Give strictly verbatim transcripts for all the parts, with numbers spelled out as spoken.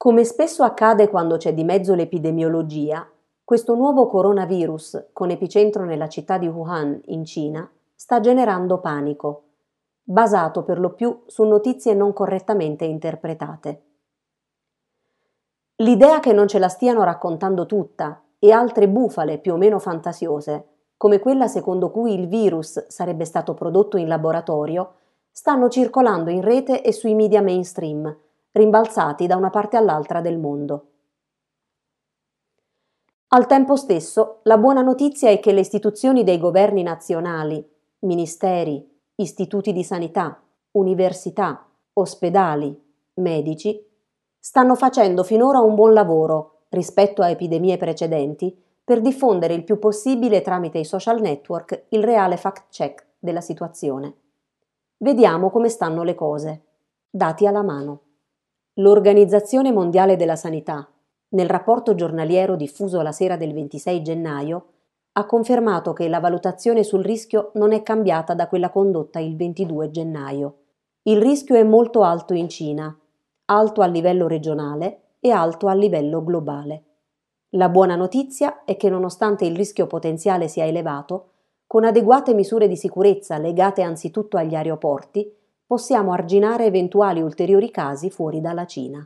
Come spesso accade quando c'è di mezzo l'epidemiologia, questo nuovo coronavirus, con epicentro nella città di Wuhan, in Cina, sta generando panico, basato per lo più su notizie non correttamente interpretate. L'idea che non ce la stiano raccontando tutta e altre bufale più o meno fantasiose, come quella secondo cui il virus sarebbe stato prodotto in laboratorio, stanno circolando in rete e sui media mainstream, rimbalzati da una parte all'altra del mondo. Al tempo stesso, la buona notizia è che le istituzioni dei governi nazionali, ministeri, istituti di sanità, università, ospedali, medici, stanno facendo finora un buon lavoro rispetto a epidemie precedenti per diffondere il più possibile tramite i social network il reale fact-check della situazione. Vediamo come stanno le cose, dati alla mano. L'Organizzazione Mondiale della Sanità, nel rapporto giornaliero diffuso la sera del ventisei gennaio, ha confermato che la valutazione sul rischio non è cambiata da quella condotta il ventidue gennaio. Il rischio è molto alto in Cina, alto a livello regionale e alto a livello globale. La buona notizia è che nonostante il rischio potenziale sia elevato, con adeguate misure di sicurezza legate anzitutto agli aeroporti, possiamo arginare eventuali ulteriori casi fuori dalla Cina.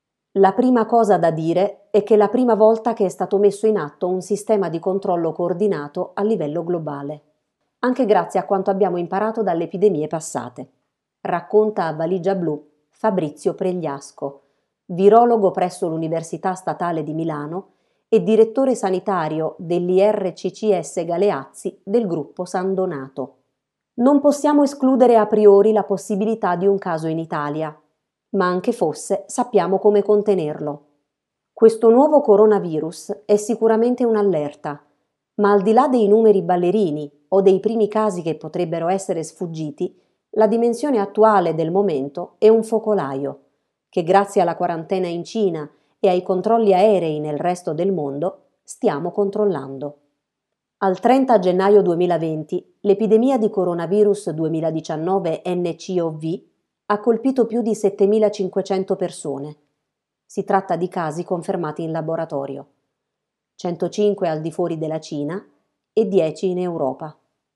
La prima cosa da dire è che è la prima volta che è stato messo in atto un sistema di controllo coordinato a livello globale, anche grazie a quanto abbiamo imparato dalle epidemie passate. Racconta a Valigia Blu Fabrizio Pregliasco, virologo presso l'Università Statale di Milano e direttore sanitario dell'I R C C S Galeazzi del gruppo San Donato. Non possiamo escludere a priori la possibilità di un caso in Italia, ma anche fosse sappiamo come contenerlo. Questo nuovo coronavirus è sicuramente un'allerta, ma al di là dei numeri ballerini o dei primi casi che potrebbero essere sfuggiti, la dimensione attuale del momento è un focolaio, che grazie alla quarantena in Cina e ai controlli aerei nel resto del mondo stiamo controllando. Al trenta gennaio duemilaventi l'epidemia di coronavirus duemiladiciannove N C O V ha colpito più di settemilacinquecento persone. Si tratta di casi confermati in laboratorio, centocinque al di fuori della Cina e dieci in Europa,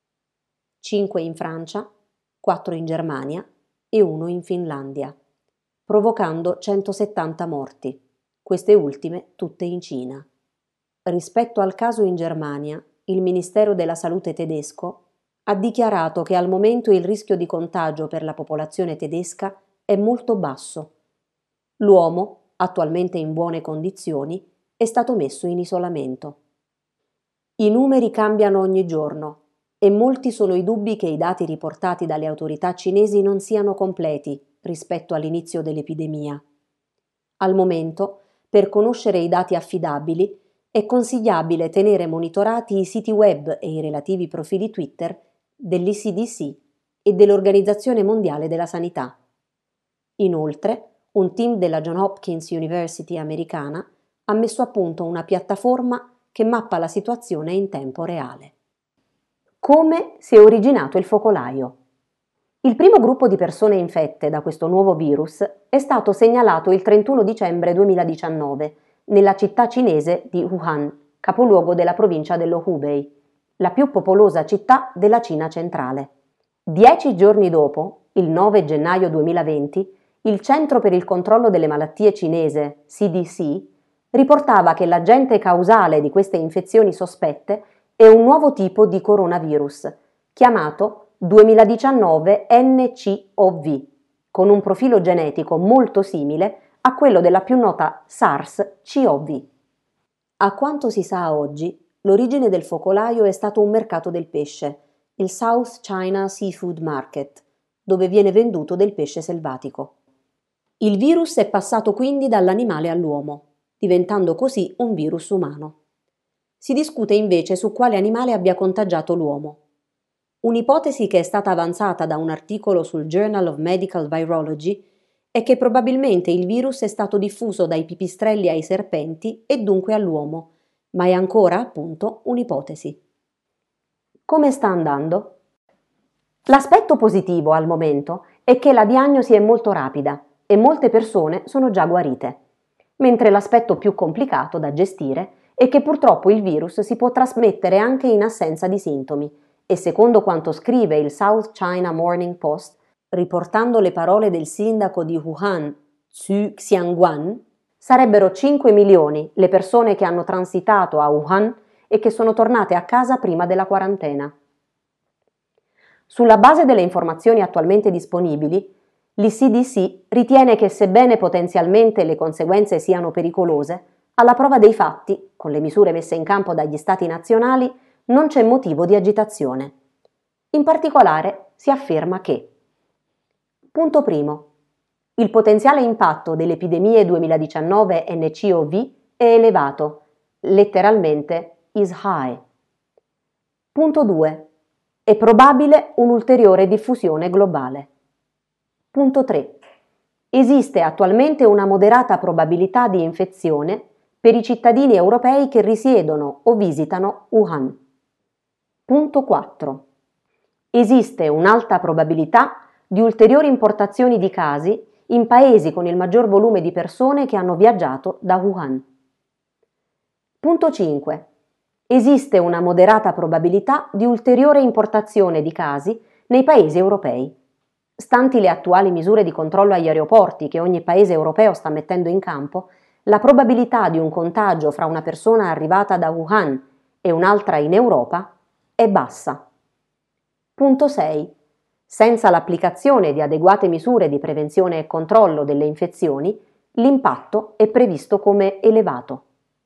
cinque in Francia, quattro in Germania e uno in Finlandia, provocando centosettanta morti, queste ultime tutte in Cina. Rispetto al caso in Germania, il Ministero della Salute tedesco ha dichiarato che al momento il rischio di contagio per la popolazione tedesca è molto basso. L'uomo, attualmente in buone condizioni, è stato messo in isolamento. I numeri cambiano ogni giorno e molti sono i dubbi che i dati riportati dalle autorità cinesi non siano completi rispetto all'inizio dell'epidemia. Al momento, per conoscere i dati affidabili, è consigliabile tenere monitorati i siti web e i relativi profili Twitter dell'I C D C e dell'Organizzazione Mondiale della Sanità. Inoltre, un team della Johns Hopkins University americana ha messo a punto una piattaforma che mappa la situazione in tempo reale. Come si è originato il focolaio? Il primo gruppo di persone infette da questo nuovo virus è stato segnalato il trentuno dicembre duemiladiciannove nella città cinese di Wuhan, capoluogo della provincia dello Hubei, la più popolosa città della Cina centrale. Dieci giorni dopo, il nove gennaio duemilaventi, il Centro per il controllo delle malattie cinese, C D C, riportava che l'agente causale di queste infezioni sospette è un nuovo tipo di coronavirus, chiamato duemiladiciannove N C O V, con un profilo genetico molto simile a quello della più nota SARS C o V. A quanto si sa oggi, l'origine del focolaio è stato un mercato del pesce, il South China Seafood Market, dove viene venduto del pesce selvatico. Il virus è passato quindi dall'animale all'uomo, diventando così un virus umano. Si discute invece su quale animale abbia contagiato l'uomo. Un'ipotesi che è stata avanzata da un articolo sul Journal of Medical Virology è che probabilmente il virus è stato diffuso dai pipistrelli ai serpenti e dunque all'uomo, ma è ancora, appunto, un'ipotesi. Come sta andando? L'aspetto positivo al momento è che la diagnosi è molto rapida e molte persone sono già guarite. mentre l'aspetto più complicato da gestire è che purtroppo il virus si può trasmettere anche in assenza di sintomi e secondo quanto scrive il South China Morning Post, riportando le parole del sindaco di Wuhan, Zhu Xiangguan, sarebbero cinque milioni le persone che hanno transitato a Wuhan e che sono tornate a casa prima della quarantena. Sulla base delle informazioni attualmente disponibili, l'I C D C ritiene che sebbene potenzialmente le conseguenze siano pericolose, alla prova dei fatti, con le misure messe in campo dagli Stati nazionali, non c'è motivo di agitazione. In particolare si afferma che: punto primo. Il potenziale impatto delle epidemie duemiladiciannove N C O V è elevato, letteralmente is high. Punto due. È probabile un'ulteriore diffusione globale. Punto tre. Esiste attualmente una moderata probabilità di infezione per i cittadini europei che risiedono o visitano Wuhan. Punto quattro. Esiste un'alta probabilità di ulteriori importazioni di casi in paesi con il maggior volume di persone che hanno viaggiato da Wuhan. Punto cinque. Esiste una moderata probabilità di ulteriore importazione di casi nei paesi europei. Stanti le attuali misure di controllo agli aeroporti che ogni paese europeo sta mettendo in campo, la probabilità di un contagio fra una persona arrivata da Wuhan e un'altra in Europa è bassa. Punto sei. Senza l'applicazione di adeguate misure di prevenzione e controllo delle infezioni, l'impatto è previsto come elevato.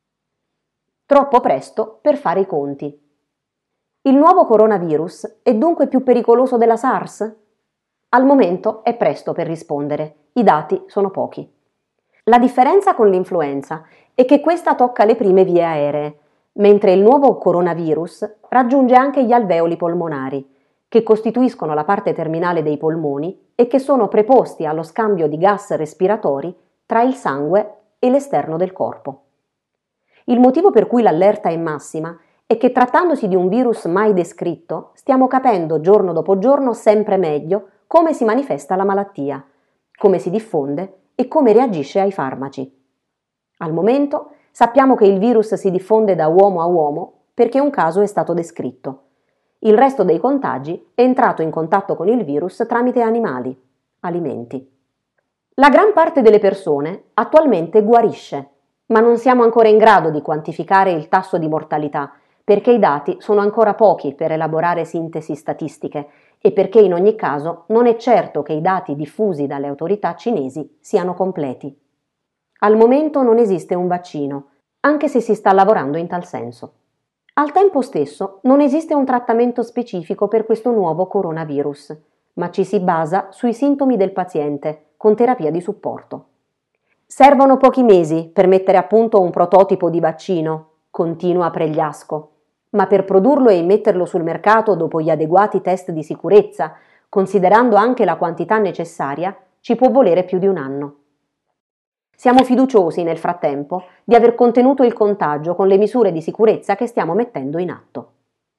Troppo presto per fare i conti. Il nuovo coronavirus è dunque più pericoloso della SARS? Al momento è presto per rispondere, i dati sono pochi. La differenza con l'influenza è che questa tocca le prime vie aeree, mentre il nuovo coronavirus raggiunge anche gli alveoli polmonari, che costituiscono la parte terminale dei polmoni e che sono preposti allo scambio di gas respiratori tra il sangue e l'esterno del corpo. Il motivo per cui l'allerta è massima è che trattandosi di un virus mai descritto, stiamo capendo giorno dopo giorno sempre meglio come si manifesta la malattia, come si diffonde e come reagisce ai farmaci. Al momento sappiamo che il virus si diffonde da uomo a uomo perché un caso è stato descritto. Il resto dei contagi è entrato in contatto con il virus tramite animali, alimenti. La gran parte delle persone attualmente guarisce, ma non siamo ancora in grado di quantificare il tasso di mortalità perché i dati sono ancora pochi per elaborare sintesi statistiche e perché in ogni caso non è certo che i dati diffusi dalle autorità cinesi siano completi. Al momento non esiste un vaccino, anche se si sta lavorando in tal senso. Al tempo stesso non esiste un trattamento specifico per questo nuovo coronavirus, ma ci si basa sui sintomi del paziente, con terapia di supporto. Servono pochi mesi per mettere a punto un prototipo di vaccino, continua Pregliasco, ma per produrlo e immetterlo sul mercato dopo gli adeguati test di sicurezza, considerando anche la quantità necessaria, ci può volere più di un anno. Siamo fiduciosi nel frattempo di aver contenuto il contagio con le misure di sicurezza che stiamo mettendo in atto.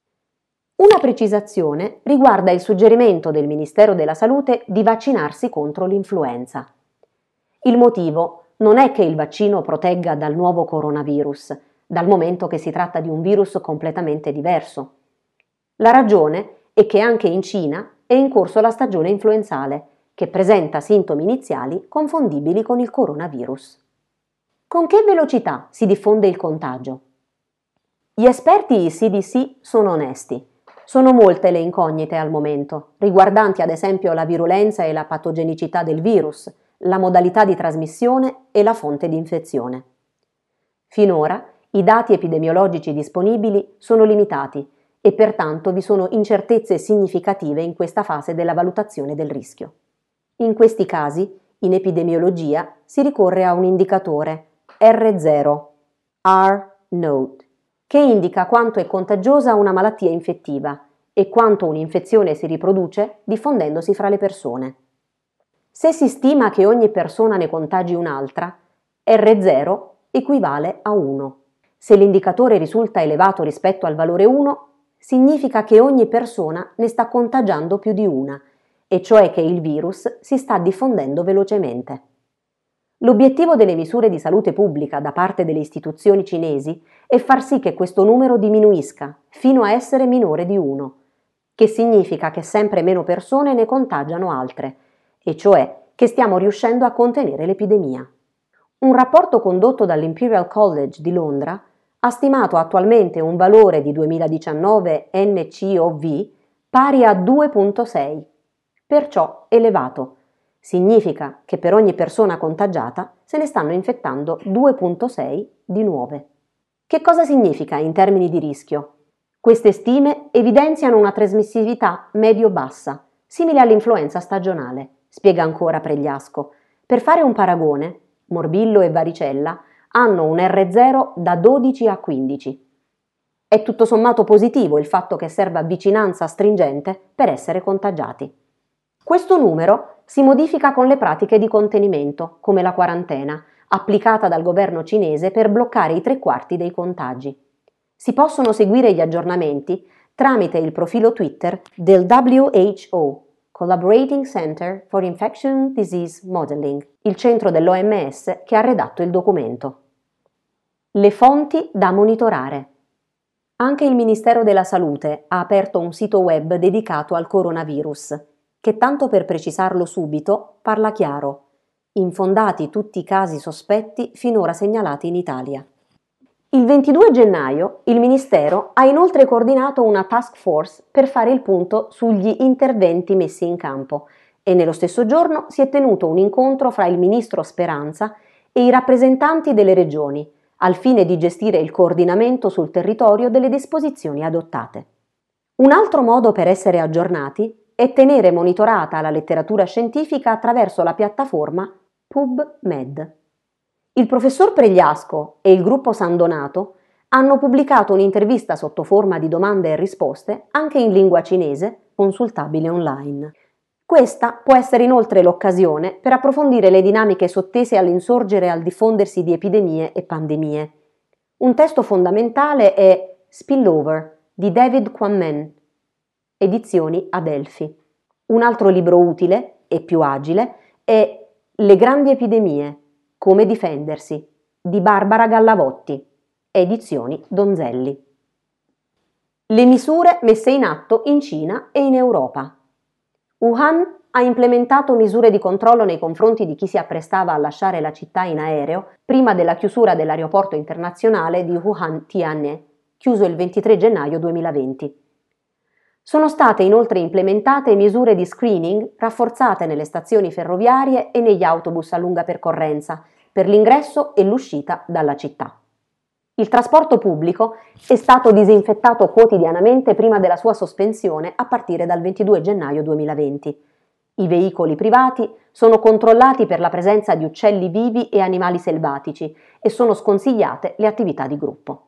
Una precisazione riguarda il suggerimento del Ministero della Salute di vaccinarsi contro l'influenza. Il motivo non è che il vaccino protegga dal nuovo coronavirus, dal momento che si tratta di un virus completamente diverso. La ragione è che anche in Cina è in corso la stagione influenzale, che presenta sintomi iniziali confondibili con il coronavirus. Con che velocità si diffonde il contagio? Gli esperti C D C sono onesti. Sono molte le incognite al momento, riguardanti ad esempio la virulenza e la patogenicità del virus, la modalità di trasmissione e la fonte di infezione. Finora i dati epidemiologici disponibili sono limitati e pertanto vi sono incertezze significative in questa fase della valutazione del rischio. In questi casi, in epidemiologia, si ricorre a un indicatore R zero, R-Node, che indica quanto è contagiosa una malattia infettiva e quanto un'infezione si riproduce diffondendosi fra le persone. Se si stima che ogni persona ne contagi un'altra, R zero equivale a uno. Se l'indicatore risulta elevato rispetto al valore uno, significa che ogni persona ne sta contagiando più di una, e cioè che il virus si sta diffondendo velocemente. L'obiettivo delle misure di salute pubblica da parte delle istituzioni cinesi è far sì che questo numero diminuisca fino a essere minore di uno, che significa che sempre meno persone ne contagiano altre, e cioè che stiamo riuscendo a contenere l'epidemia. Un rapporto condotto dall'Imperial College di Londra ha stimato attualmente un valore di duemiladiciannove N C O V pari a due virgola sei, perciò elevato. Significa che per ogni persona contagiata se ne stanno infettando due virgola sei di nuove. Che cosa significa in termini di rischio? Queste stime evidenziano una trasmissività medio-bassa, simile all'influenza stagionale, spiega ancora Pregliasco. Per fare un paragone, morbillo e varicella hanno un R zero da dodici a quindici. È tutto sommato positivo il fatto che serva vicinanza stringente per essere contagiati. Questo numero si modifica con le pratiche di contenimento, come la quarantena, applicata dal governo cinese per bloccare i tre quarti dei contagi. Si possono seguire gli aggiornamenti tramite il profilo Twitter del W H O, Collaborating Center for Infection Disease Modeling, il centro dell'O M S che ha redatto il documento. Le fonti da monitorare. Anche il Ministero della Salute ha aperto un sito web dedicato al coronavirus, che tanto per precisarlo subito parla chiaro: infondati tutti i casi sospetti finora segnalati in Italia. Il ventidue gennaio il Ministero ha inoltre coordinato una task force per fare il punto sugli interventi messi in campo e nello stesso giorno si è tenuto un incontro fra il Ministro Speranza e i rappresentanti delle regioni, al fine di gestire il coordinamento sul territorio delle disposizioni adottate. Un altro modo per essere aggiornati è tenere monitorata la letteratura scientifica attraverso la piattaforma PubMed. Il professor Pregliasco e il gruppo San Donato hanno pubblicato un'intervista sotto forma di domande e risposte anche in lingua cinese, consultabile online. Questa può essere inoltre l'occasione per approfondire le dinamiche sottese all'insorgere e al diffondersi di epidemie e pandemie. Un testo fondamentale è Spillover di David Quammen, edizioni Adelphi. Un altro libro utile e più agile è Le grandi epidemie, come difendersi, di Barbara Gallavotti, edizioni Donzelli. Le misure messe in atto in Cina e in Europa. Wuhan ha implementato misure di controllo nei confronti di chi si apprestava a lasciare la città in aereo prima della chiusura dell'aeroporto internazionale di Wuhan-Tianhe, chiuso il ventitré gennaio duemilaventi. Sono state inoltre implementate misure di screening rafforzate nelle stazioni ferroviarie e negli autobus a lunga percorrenza per l'ingresso e l'uscita dalla città. Il trasporto pubblico è stato disinfettato quotidianamente prima della sua sospensione a partire dal ventidue gennaio duemilaventi. I veicoli privati sono controllati per la presenza di uccelli vivi e animali selvatici e sono sconsigliate le attività di gruppo.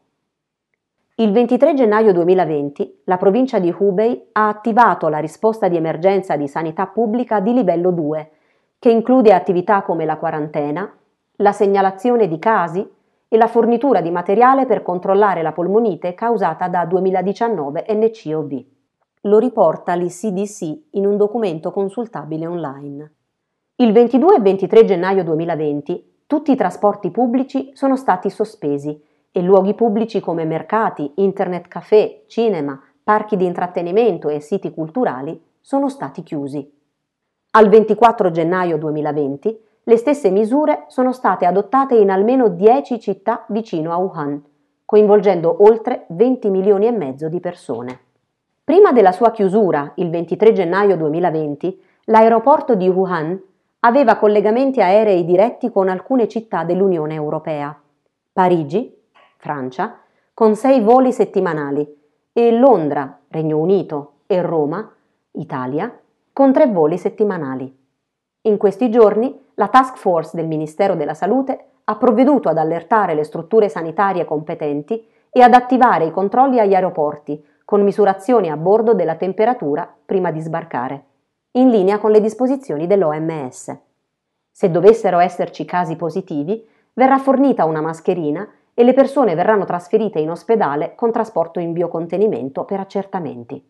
Il ventitré gennaio duemilaventi la provincia di Hubei ha attivato la risposta di emergenza di sanità pubblica di livello due, che include attività come la quarantena, la segnalazione di casi e la fornitura di materiale per controllare la polmonite causata da duemiladiciannove N C O V. Lo riporta l'I C D C in un documento consultabile online. Il ventidue e ventitré gennaio duemilaventi tutti i trasporti pubblici sono stati sospesi e luoghi pubblici come mercati, internet caffè, cinema, parchi di intrattenimento e siti culturali sono stati chiusi. Al ventiquattro gennaio duemilaventi le stesse misure sono state adottate in almeno dieci città vicino a Wuhan, coinvolgendo oltre venti milioni e mezzo di persone. Prima della sua chiusura, il ventitré gennaio duemilaventi, l'aeroporto di Wuhan aveva collegamenti aerei diretti con alcune città dell'Unione Europea: Parigi, Francia, con sei voli settimanali, e Londra, Regno Unito, e Roma, Italia, con tre voli settimanali. In questi giorni la task force del Ministero della Salute ha provveduto ad allertare le strutture sanitarie competenti e ad attivare i controlli agli aeroporti, con misurazioni a bordo della temperatura prima di sbarcare, in linea con le disposizioni dell'O M S. Se dovessero esserci casi positivi, verrà fornita una mascherina e le persone verranno trasferite in ospedale con trasporto in biocontenimento per accertamenti.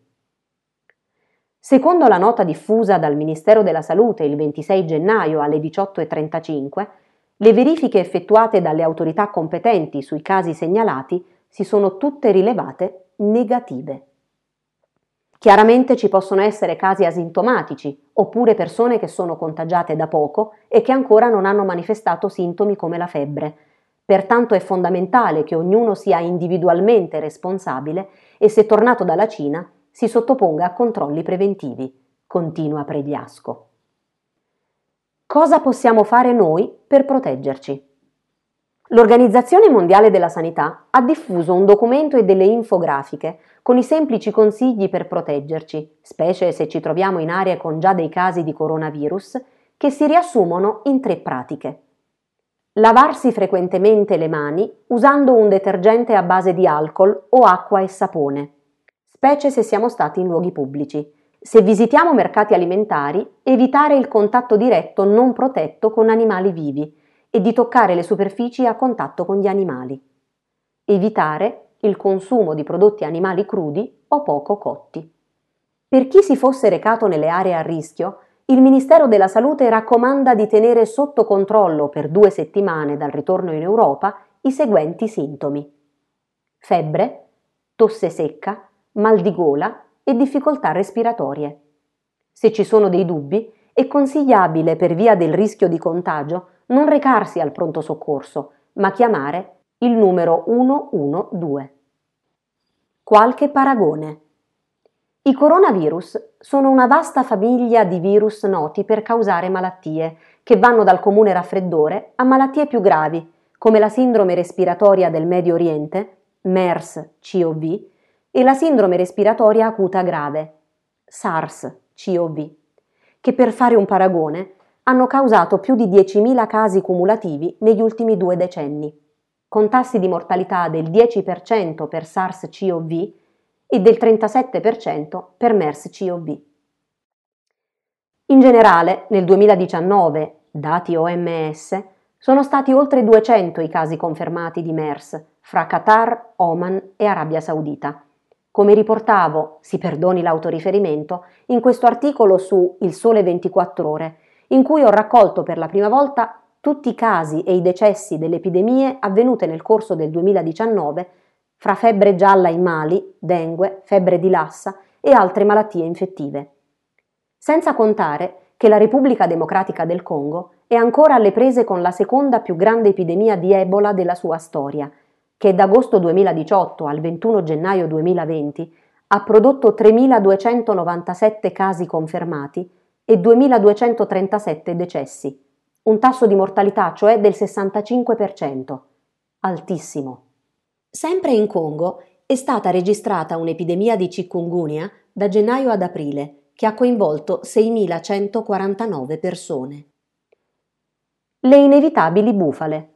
Secondo la nota diffusa dal Ministero della Salute il ventisei gennaio alle diciotto e trentacinque, Le verifiche effettuate dalle autorità competenti sui casi segnalati si sono tutte rilevate negative. Chiaramente ci possono essere casi asintomatici, oppure persone che sono contagiate da poco e che ancora non hanno manifestato sintomi come la febbre. Pertanto è fondamentale che ognuno sia individualmente responsabile e, se tornato dalla Cina, si sottoponga a controlli preventivi, continua Pregliasco. Cosa possiamo fare noi per proteggerci? L'Organizzazione Mondiale della Sanità ha diffuso un documento e delle infografiche con i semplici consigli per proteggerci, specie se ci troviamo in aree con già dei casi di coronavirus, che si riassumono in tre pratiche. Lavarsi frequentemente le mani usando un detergente a base di alcol o acqua e sapone, specie se siamo stati in luoghi pubblici. Se visitiamo mercati alimentari, evitare il contatto diretto non protetto con animali vivi e di toccare le superfici a contatto con gli animali. Evitare il consumo di prodotti animali crudi o poco cotti. Per chi si fosse recato nelle aree a rischio, il Ministero della Salute raccomanda di tenere sotto controllo per due settimane dal ritorno in Europa i seguenti sintomi: febbre, tosse secca, mal di gola e difficoltà respiratorie. Se ci sono dei dubbi, è consigliabile, per via del rischio di contagio, non recarsi al pronto soccorso, ma chiamare il numero uno uno due. Qualche paragone. I coronavirus sono una vasta famiglia di virus noti per causare malattie, che vanno dal comune raffreddore a malattie più gravi, come la sindrome respiratoria del Medio Oriente, MERS-C o V, e la sindrome respiratoria acuta grave, SARS-C o V, che, per fare un paragone, hanno causato più di diecimila casi cumulativi negli ultimi due decenni, con tassi di mortalità del dieci per cento per SARS-C o V e del trentasette per cento per MERS-C o V. In generale, nel duemiladiciannove, dati O M S, sono stati oltre duecento i casi confermati di MERS fra Qatar, Oman e Arabia Saudita. Come riportavo, si perdoni l'autoriferimento, in questo articolo su Il Sole ventiquattro Ore, in cui ho raccolto per la prima volta tutti i casi e i decessi delle epidemie avvenute nel corso del duemiladiciannove fra febbre gialla in Mali, dengue, febbre di Lassa e altre malattie infettive. Senza contare che la Repubblica Democratica del Congo è ancora alle prese con la seconda più grande epidemia di Ebola della sua storia, che da agosto duemiladiciotto al ventuno gennaio duemilaventi ha prodotto tremiladuecentonovantasette casi confermati e duemiladuecentotrentasette decessi, un tasso di mortalità cioè del sessantacinque per cento, altissimo. Sempre in Congo è stata registrata un'epidemia di chikungunya da gennaio ad aprile, che ha coinvolto seimilacentoquarantanove persone. Le inevitabili bufale.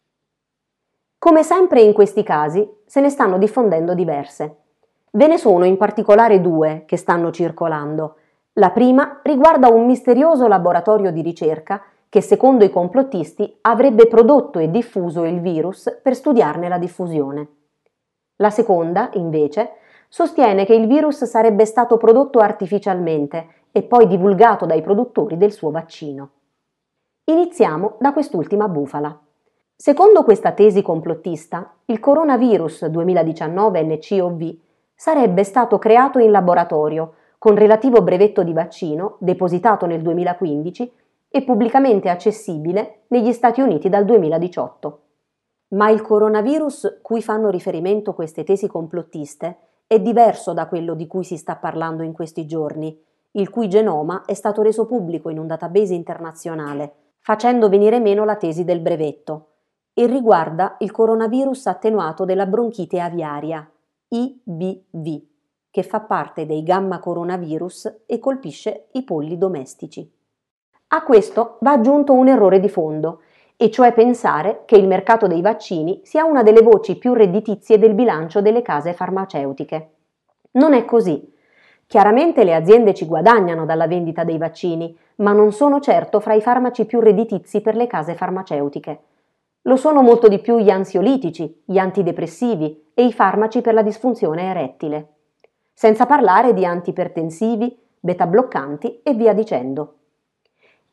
Come sempre in questi casi, se ne stanno diffondendo diverse. Ve ne sono in particolare due che stanno circolando. La prima riguarda un misterioso laboratorio di ricerca che, secondo i complottisti, avrebbe prodotto e diffuso il virus per studiarne la diffusione. La seconda, invece, sostiene che il virus sarebbe stato prodotto artificialmente e poi divulgato dai produttori del suo vaccino. Iniziamo da quest'ultima bufala. Secondo questa tesi complottista, il coronavirus duemiladiciannove N C O V sarebbe stato creato in laboratorio con relativo brevetto di vaccino depositato nel duemilaquindici e pubblicamente accessibile negli Stati Uniti dal duemiladiciotto. Ma il coronavirus cui fanno riferimento queste tesi complottiste è diverso da quello di cui si sta parlando in questi giorni, il cui genoma è stato reso pubblico in un database internazionale, facendo venire meno la tesi del brevetto, e riguarda il coronavirus attenuato della bronchite aviaria, I B V, che fa parte dei gamma coronavirus e colpisce i polli domestici. A questo va aggiunto un errore di fondo, e cioè pensare che il mercato dei vaccini sia una delle voci più redditizie del bilancio delle case farmaceutiche. Non è così. Chiaramente le aziende ci guadagnano dalla vendita dei vaccini, ma non sono certo fra i farmaci più redditizi per le case farmaceutiche. Lo sono molto di più gli ansiolitici, gli antidepressivi e i farmaci per la disfunzione erettile. Senza parlare di antipertensivi, beta bloccanti e via dicendo.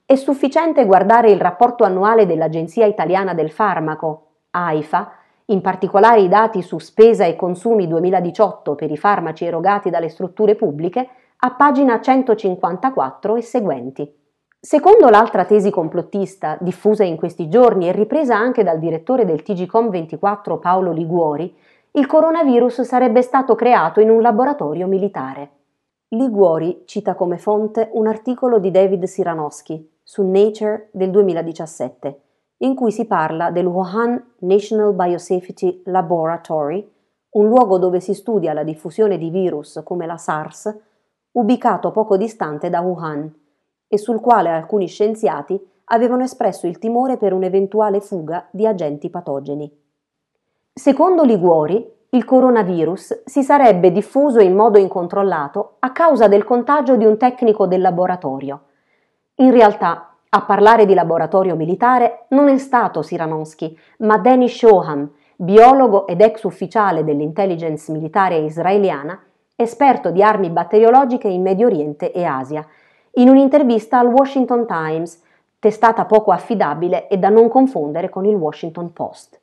È sufficiente guardare il rapporto annuale dell'Agenzia Italiana del Farmaco, AIFA, in particolare i dati su spesa e consumi duemiladiciotto per i farmaci erogati dalle strutture pubbliche, a pagina centocinquantaquattro e seguenti. Secondo l'altra tesi complottista, diffusa in questi giorni e ripresa anche dal direttore del T G Com ventiquattro Paolo Liguori, il coronavirus sarebbe stato creato in un laboratorio militare. Liguori cita come fonte un articolo di David Siranowski su Nature del duemiladiciassette, in cui si parla del Wuhan National Biosafety Laboratory, un luogo dove si studia la diffusione di virus come la SARS, ubicato poco distante da Wuhan, e sul quale alcuni scienziati avevano espresso il timore per un'eventuale fuga di agenti patogeni. Secondo Liguori, il coronavirus si sarebbe diffuso in modo incontrollato a causa del contagio di un tecnico del laboratorio. In realtà, a parlare di laboratorio militare non è stato Siranowski, ma Danny Shoham, biologo ed ex ufficiale dell'intelligence militare israeliana, esperto di armi batteriologiche in Medio Oriente e Asia, in un'intervista al Washington Times, testata poco affidabile e da non confondere con il Washington Post.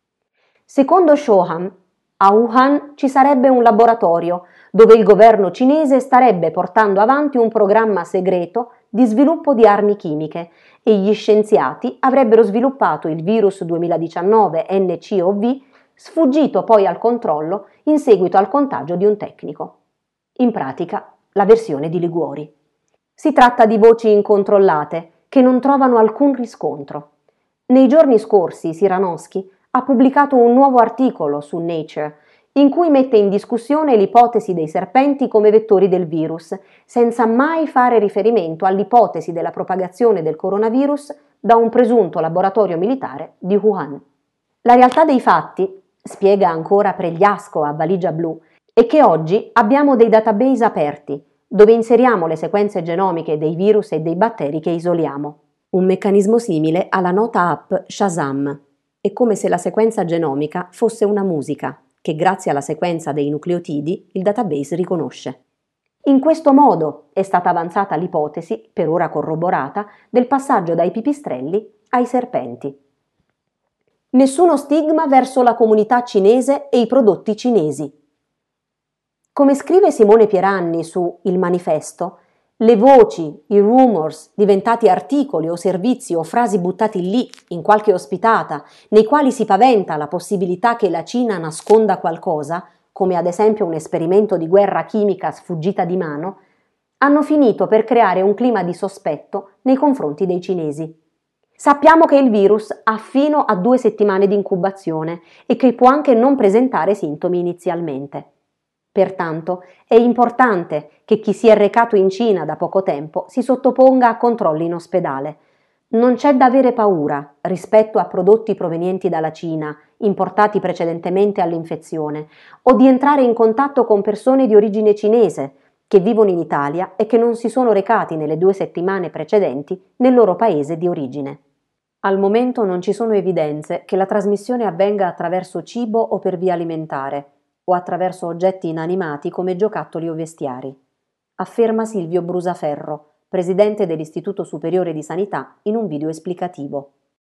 Secondo Shoham, a Wuhan ci sarebbe un laboratorio dove il governo cinese starebbe portando avanti un programma segreto di sviluppo di armi chimiche e gli scienziati avrebbero sviluppato il virus duemiladiciannove N C O V, sfuggito poi al controllo in seguito al contagio di un tecnico. In pratica, la versione di Liguori. Si tratta di voci incontrollate che non trovano alcun riscontro. Nei giorni scorsi Siranowski ha pubblicato un nuovo articolo su Nature in cui mette in discussione l'ipotesi dei serpenti come vettori del virus, senza mai fare riferimento all'ipotesi della propagazione del coronavirus da un presunto laboratorio militare di Wuhan. La realtà dei fatti, spiega ancora Pregliasco a Valigia Blu, è che oggi abbiamo dei database aperti, dove inseriamo le sequenze genomiche dei virus e dei batteri che isoliamo. Un meccanismo simile alla nota app Shazam. È come se la sequenza genomica fosse una musica, che grazie alla sequenza dei nucleotidi il database riconosce. In questo modo è stata avanzata l'ipotesi, per ora corroborata, del passaggio dai pipistrelli ai serpenti. Nessuno stigma verso la comunità cinese e i prodotti cinesi. Come scrive Simone Pieranni su Il Manifesto, le voci, i rumors, diventati articoli o servizi o frasi buttati lì, in qualche ospitata, nei quali si paventa la possibilità che la Cina nasconda qualcosa, come ad esempio un esperimento di guerra chimica sfuggita di mano, hanno finito per creare un clima di sospetto nei confronti dei cinesi. Sappiamo che il virus ha fino a due settimane di incubazione e che può anche non presentare sintomi inizialmente. Pertanto è importante che chi si è recato in Cina da poco tempo si sottoponga a controlli in ospedale. Non c'è da avere paura rispetto a prodotti provenienti dalla Cina, importati precedentemente all'infezione, o di entrare in contatto con persone di origine cinese che vivono in Italia e che non si sono recati nelle due settimane precedenti nel loro paese di origine. Al momento non ci sono evidenze che la trasmissione avvenga attraverso cibo o per via alimentare, o attraverso oggetti inanimati come giocattoli o vestiari, afferma Silvio Brusaferro, presidente dell'Istituto Superiore di Sanità, in un video esplicativo.